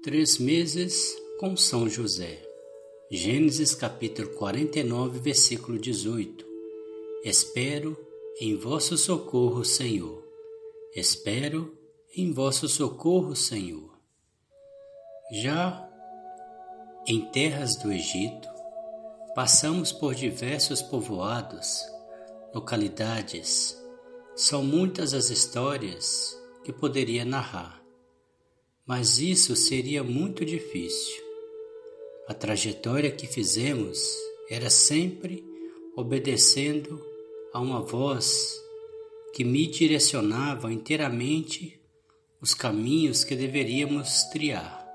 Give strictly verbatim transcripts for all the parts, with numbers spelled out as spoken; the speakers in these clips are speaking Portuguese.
Três meses com São José. Gênesis capítulo quarenta e nove, versículo dezoito. Espero em vosso socorro, Senhor. Espero em vosso socorro, Senhor. Já em terras do Egito, passamos por diversos povoados, localidades. São muitas as histórias que poderia narrar, mas isso seria muito difícil. A trajetória que fizemos era sempre obedecendo a uma voz que me direcionava inteiramente os caminhos que deveríamos trilhar.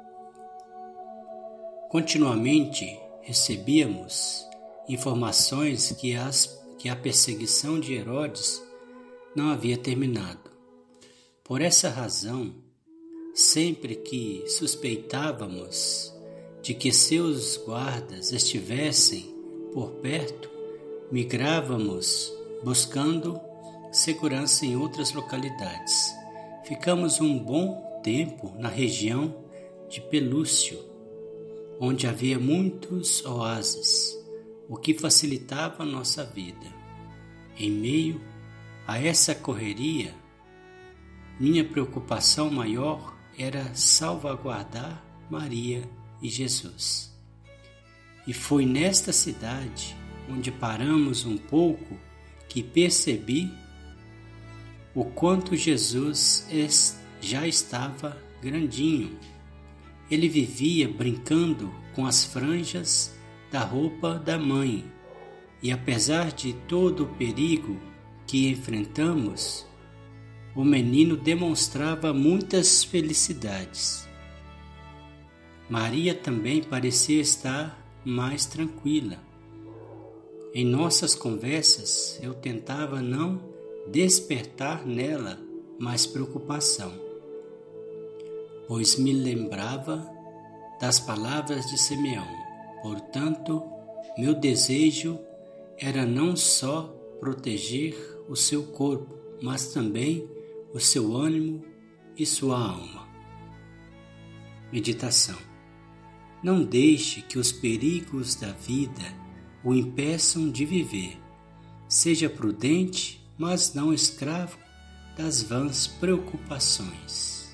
Continuamente recebíamos informações que, as, que a perseguição de Herodes não havia terminado. Por essa razão, sempre que suspeitávamos de que seus guardas estivessem por perto, migrávamos buscando segurança em outras localidades. Ficamos um bom tempo na região de Pelúcio, onde havia muitos oásis, o que facilitava a nossa vida. Em meio a essa correria, minha preocupação maior era salvaguardar Maria e Jesus. E foi nesta cidade, onde paramos um pouco, que percebi o quanto Jesus já estava grandinho. Ele vivia brincando com as franjas da roupa da mãe, e apesar de todo o perigo que enfrentamos, o menino demonstrava muitas felicidades. Maria também parecia estar mais tranquila. Em nossas conversas, eu tentava não despertar nela mais preocupação, pois me lembrava das palavras de Simeão. Portanto, meu desejo era não só proteger o seu corpo, mas também o seu ânimo e sua alma. Meditação. Não deixe que os perigos da vida o impeçam de viver. Seja prudente, mas não escravo das vãs preocupações.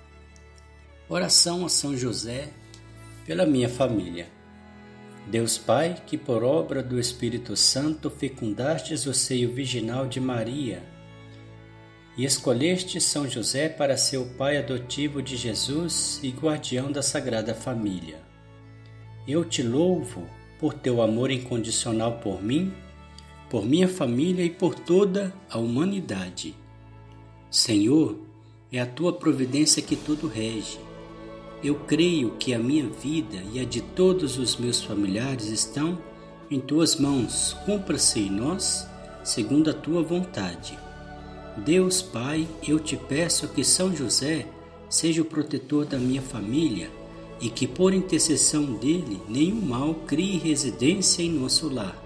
Oração a São José pela minha família. Deus Pai, que por obra do Espírito Santo fecundastes o seio virginal de Maria e escolheste São José para ser o pai adotivo de Jesus e guardião da Sagrada Família. Eu te louvo por teu amor incondicional por mim, por minha família e por toda a humanidade. Senhor, é a tua providência que tudo rege. Eu creio que a minha vida e a de todos os meus familiares estão em tuas mãos. Cumpra-se em nós, segundo a tua vontade. Deus Pai, eu te peço que São José seja o protetor da minha família e que por intercessão dele nenhum mal crie residência em nosso lar.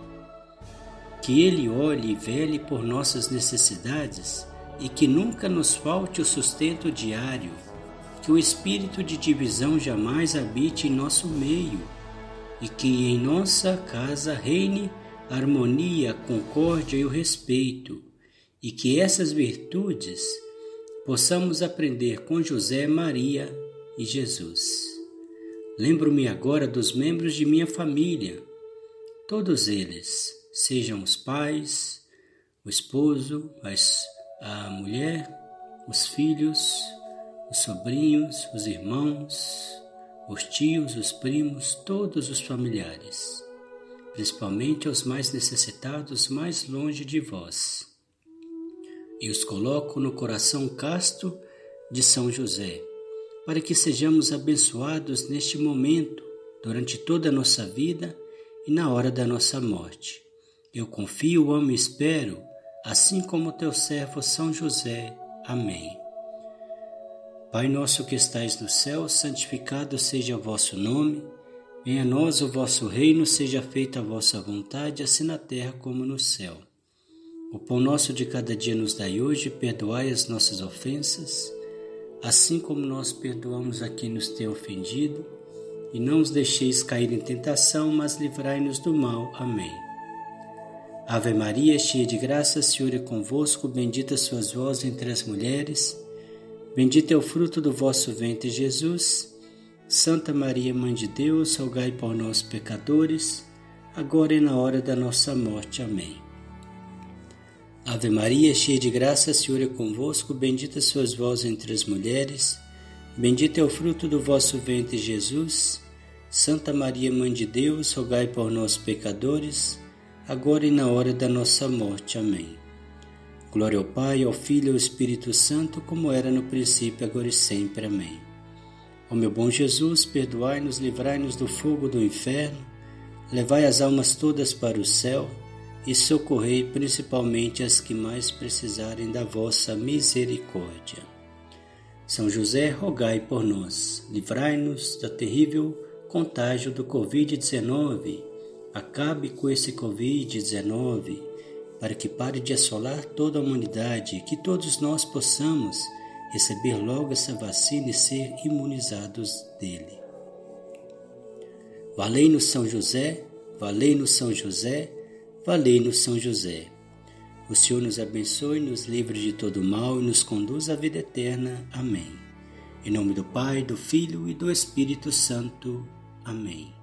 Que ele olhe e vele por nossas necessidades e que nunca nos falte o sustento diário. Que o espírito de divisão jamais habite em nosso meio e que em nossa casa reine a harmonia, a concórdia e o respeito. E que essas virtudes possamos aprender com José, Maria e Jesus. Lembro-me agora dos membros de minha família, todos eles, sejam os pais, o esposo, a mulher, os filhos, os sobrinhos, os irmãos, os tios, os primos, todos os familiares, principalmente os mais necessitados mais longe de vós. E os coloco no coração casto de São José, para que sejamos abençoados neste momento, durante toda a nossa vida e na hora da nossa morte. Eu confio, amo e espero, assim como teu servo São José. Amém. Pai nosso que estais no céu, santificado seja o vosso nome. Venha a nós o vosso reino, seja feita a vossa vontade, assim na terra como no céu. O pão nosso de cada dia nos dai hoje, perdoai as nossas ofensas, assim como nós perdoamos a quem nos tem ofendido, e não os deixeis cair em tentação, mas livrai-nos do mal. Amém. Ave Maria, cheia de graça, o Senhor é convosco, bendita sois vós entre as mulheres, bendito é o fruto do vosso ventre, Jesus. Santa Maria, Mãe de Deus, rogai por nós, pecadores, agora e na hora da nossa morte. Amém. Ave Maria, cheia de graça, o Senhor é convosco, bendita sois vós entre as mulheres, bendito é o fruto do vosso ventre, Jesus. Santa Maria, Mãe de Deus, rogai por nós, pecadores, agora e na hora da nossa morte. Amém. Glória ao Pai, ao Filho e ao Espírito Santo, como era no princípio, agora e sempre. Amém. Ó meu bom Jesus, perdoai-nos, livrai-nos do fogo do inferno, levai as almas todas para o céu e socorrei principalmente as que mais precisarem da vossa misericórdia. São José, rogai por nós, livrai-nos da terrível contágio do covid dezenove, acabe com esse covid dezenove, para que pare de assolar toda a humanidade e que todos nós possamos receber logo essa vacina e ser imunizados dele. Valei-nos São José, valei-nos São José, valei-nos São José. O Senhor nos abençoe, nos livre de todo mal e nos conduz à vida eterna. Amém. Em nome do Pai, do Filho e do Espírito Santo. Amém.